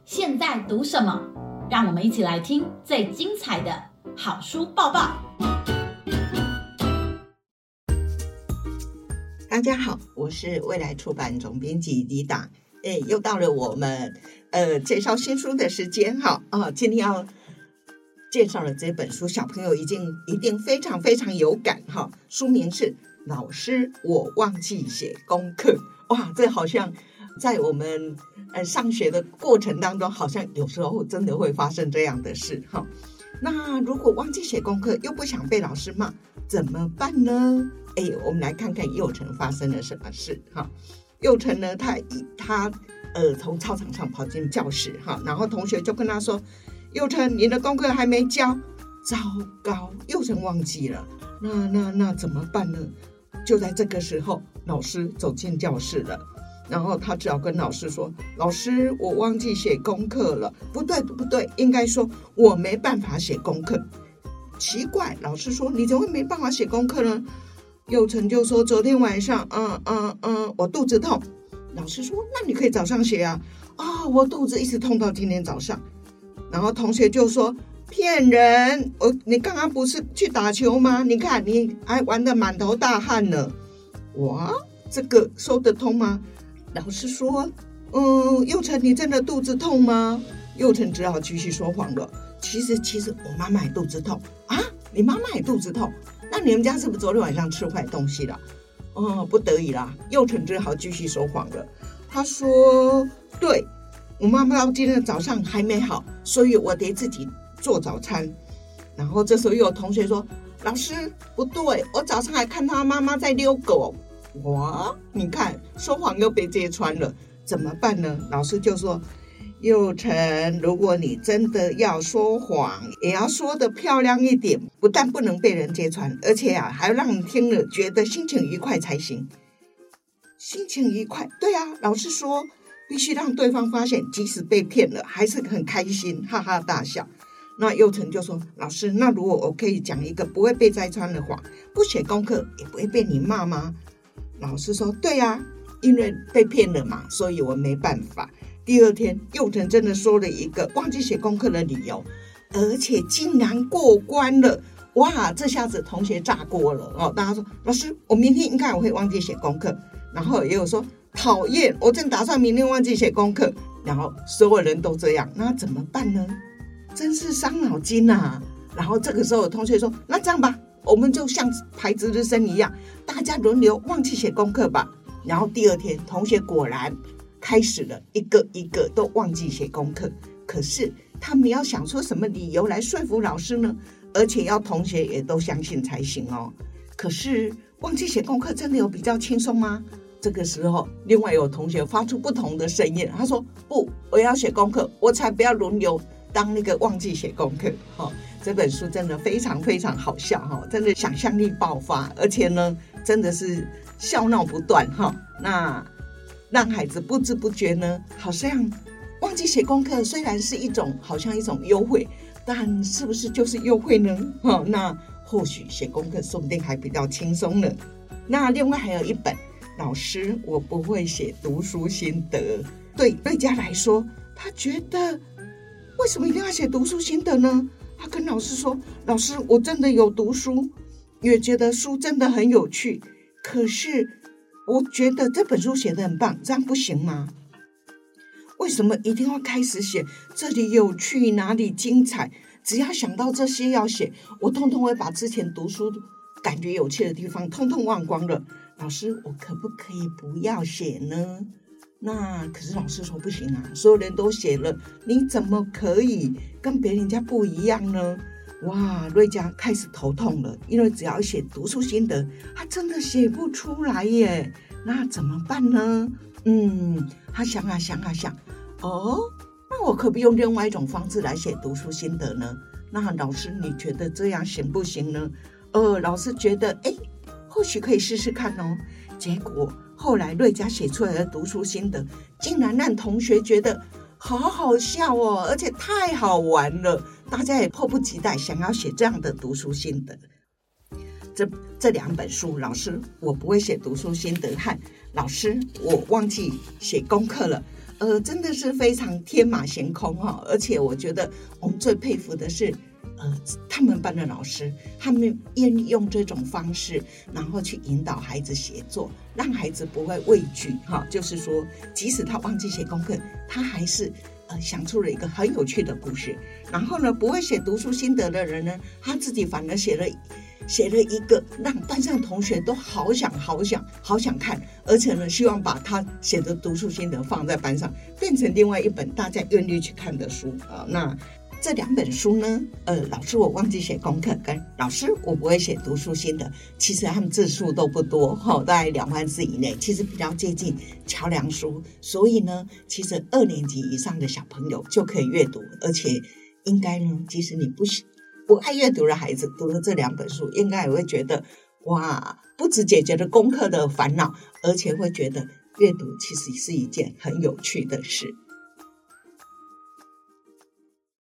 现在读什么？让我们一起来听最精彩的好书报报。 大家好，我是未来出版总编辑李达。又到了我们介绍新书的时间哈。今天要介绍的这本书，小朋友一定非常非常有感哈。书名是《老师，我忘记写功课》。哇，这好像在我们上学的过程当中，好像有时候真的会发生这样的事哈。那如果忘记写功课，又不想被老师骂，怎么办呢？我们来看看佑成发生了什么事哈。佑成呢，他从操场上跑进教室哈，然后同学就跟他说：“佑成，你的功课还没交。”糟糕，佑成忘记了。那怎么办呢？就在这个时候，老师走进教室了，然后他只好跟老师说：“老师，我忘记写功课了。”不对，应该说我没办法写功课。奇怪，老师说：“你怎么会没办法写功课呢？”佑成就说：“昨天晚上，我肚子痛。”老师说：“那你可以早上写啊。”我肚子一直痛到今天早上。然后同学就说：“骗人！你刚刚不是去打球吗？你看你还玩得满头大汗呢。”哇，这个说得通吗？老师说：“佑成，你真的肚子痛吗？”佑成只好继续说谎了。其实我妈妈也肚子痛啊！你妈妈也肚子痛？那你们家是不是昨天晚上吃坏东西了？不得已啦，佑成只好继续说谎了。他说：“对，我妈妈到今天早上还没好，所以我得自己做早餐。”然后这时候又有同学说：“老师，不对，我早上还看他妈妈在遛狗。”哇，你看说谎又被揭穿了，怎么办呢？老师就说：“佑成，如果你真的要说谎，也要说得漂亮一点，不但不能被人揭穿，而且还要让你听了觉得心情愉快才行。”心情愉快，对啊，老师说必须让对方发现，即使被骗了，还是很开心，哈哈大笑。那佑成就说：“老师，那如果我可以讲一个不会被拆穿的谎，不写功课也不会被你骂吗？”老师说：“对啊，因为被骗了嘛，所以我没办法。”第二天，佑成真的说了一个忘记写功课的理由，而且竟然过关了。哇，这下子同学炸锅了大家说：“老师，我明天应该我会忘记写功课。”然后也有说：“讨厌，我正打算明天忘记写功课。”然后所有人都这样，那怎么办呢？真是伤脑筋啊。然后这个时候同学说：“那这样吧，我们就像排值日生一样，大家轮流忘记写功课吧。”然后第二天，同学果然开始了，一个一个都忘记写功课。可是他们要想出什么理由来说服老师呢？而且要同学也都相信才行哦。可是忘记写功课真的有比较轻松吗？这个时候，另外有同学发出不同的声音，他说：“不，我要写功课，我才不要轮流当那个忘记写功课。”这本书真的非常非常好笑真的想象力爆发，而且呢，真的是笑闹不断那让孩子不知不觉呢，好像忘记写功课虽然是好像一种优惠，但是不是就是优惠呢？那或许写功课说不定还比较轻松呢。那另外还有一本《老师，我不会写读书心得》。对瑞佳来说，他觉得为什么一定要写读书心得呢？他跟老师说：“老师，我真的有读书，也觉得书真的很有趣，可是我觉得这本书写得很棒，这样不行吗？为什么一定要开始写这里有趣，哪里精彩？只要想到这些要写，我通通会把之前读书感觉有趣的地方通通忘光了。老师，我可不可以不要写呢？”那可是老师说不行啊，所有人都写了，你怎么可以跟别人家不一样呢？哇，瑞佳开始头痛了，因为只要写读书心得，他真的写不出来耶。那怎么办呢？他想啊想，那我可不用另外一种方式来写读书心得呢？那老师你觉得这样行不行呢？老师觉得或许可以试试看哦。结果后来瑞佳写出来的读书心得，竟然让同学觉得好好笑哦，而且太好玩了，大家也迫不及待想要写这样的读书心得。这两本书，老师我不会写读书心得和老师，我忘记写功课了。真的是非常天马行空哈，而且我觉得我们最佩服的是，他们班的老师，他们愿意用这种方式，然后去引导孩子写作，让孩子不会畏惧哈。就是说，即使他忘记写功课，他还是想出了一个很有趣的故事。然后呢，不会写读书心得的人呢，他自己反而写了一个让班上同学都好想看，而且呢，希望把他写的读书心得放在班上，变成另外一本大家愿意去看的书啊。那这2本书呢，老师我忘记写功课，跟老师我不会写读书心得，其实他们字数都不多，大概2万字以内，其实比较接近桥梁书，所以呢，其实2年级以上的小朋友就可以阅读，而且应该呢，即使你不爱阅读的孩子读了这2本书，应该也会觉得哇，不只解决了功课的烦恼，而且会觉得阅读其实是一件很有趣的事。